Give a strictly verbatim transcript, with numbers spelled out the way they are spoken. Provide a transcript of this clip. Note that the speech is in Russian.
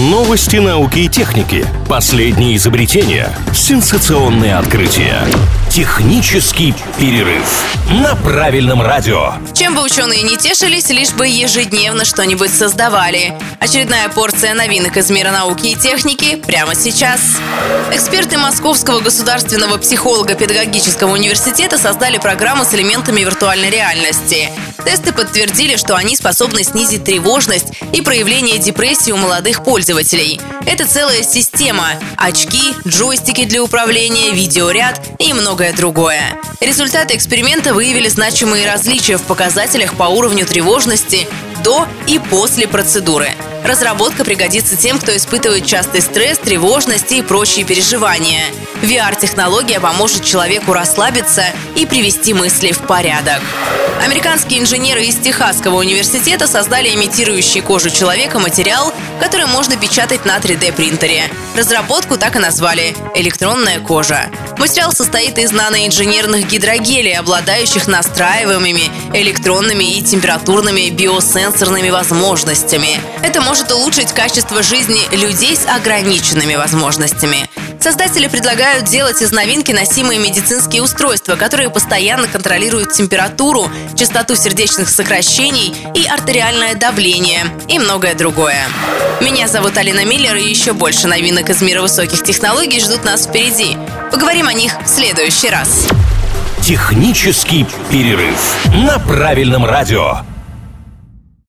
Новости науки и техники, последние изобретения, сенсационные открытия. Технический перерыв на правильном радио. Чем бы ученые не тешились, лишь бы ежедневно что-нибудь создавали. Очередная порция новинок из мира науки и техники прямо сейчас. Эксперты Московского государственного психолого-педагогического университета создали программу с элементами виртуальной реальности. Тесты подтвердили, что они способны снизить тревожность и проявление депрессии у молодых пользователей. Это целая система – очки, джойстики для управления, видеоряд и многое другое. Результаты эксперимента выявили значимые различия в показателях по уровню тревожности до и после процедуры. Разработка пригодится тем, кто испытывает частый стресс, тревожность и прочие переживания. ви ар-технология поможет человеку расслабиться и привести мысли в порядок. Американские инженеры из Техасского университета создали имитирующий кожу человека материал, который можно печатать на три дэ принтере. Разработку так и назвали – электронная кожа. Материал состоит из наноинженерных гидрогелей, обладающих настраиваемыми электронными и температурными биосенсорными возможностями. Это может улучшить качество жизни людей с ограниченными возможностями. Создатели предлагают делать из новинки носимые медицинские устройства, которые постоянно контролируют температуру, частоту сердечных сокращений и артериальное давление, и многое другое. Меня зовут Алина Миллер, и еще больше новинок из мира высоких технологий ждут нас впереди. Поговорим о них в следующий раз. Технический перерыв на правильном радио.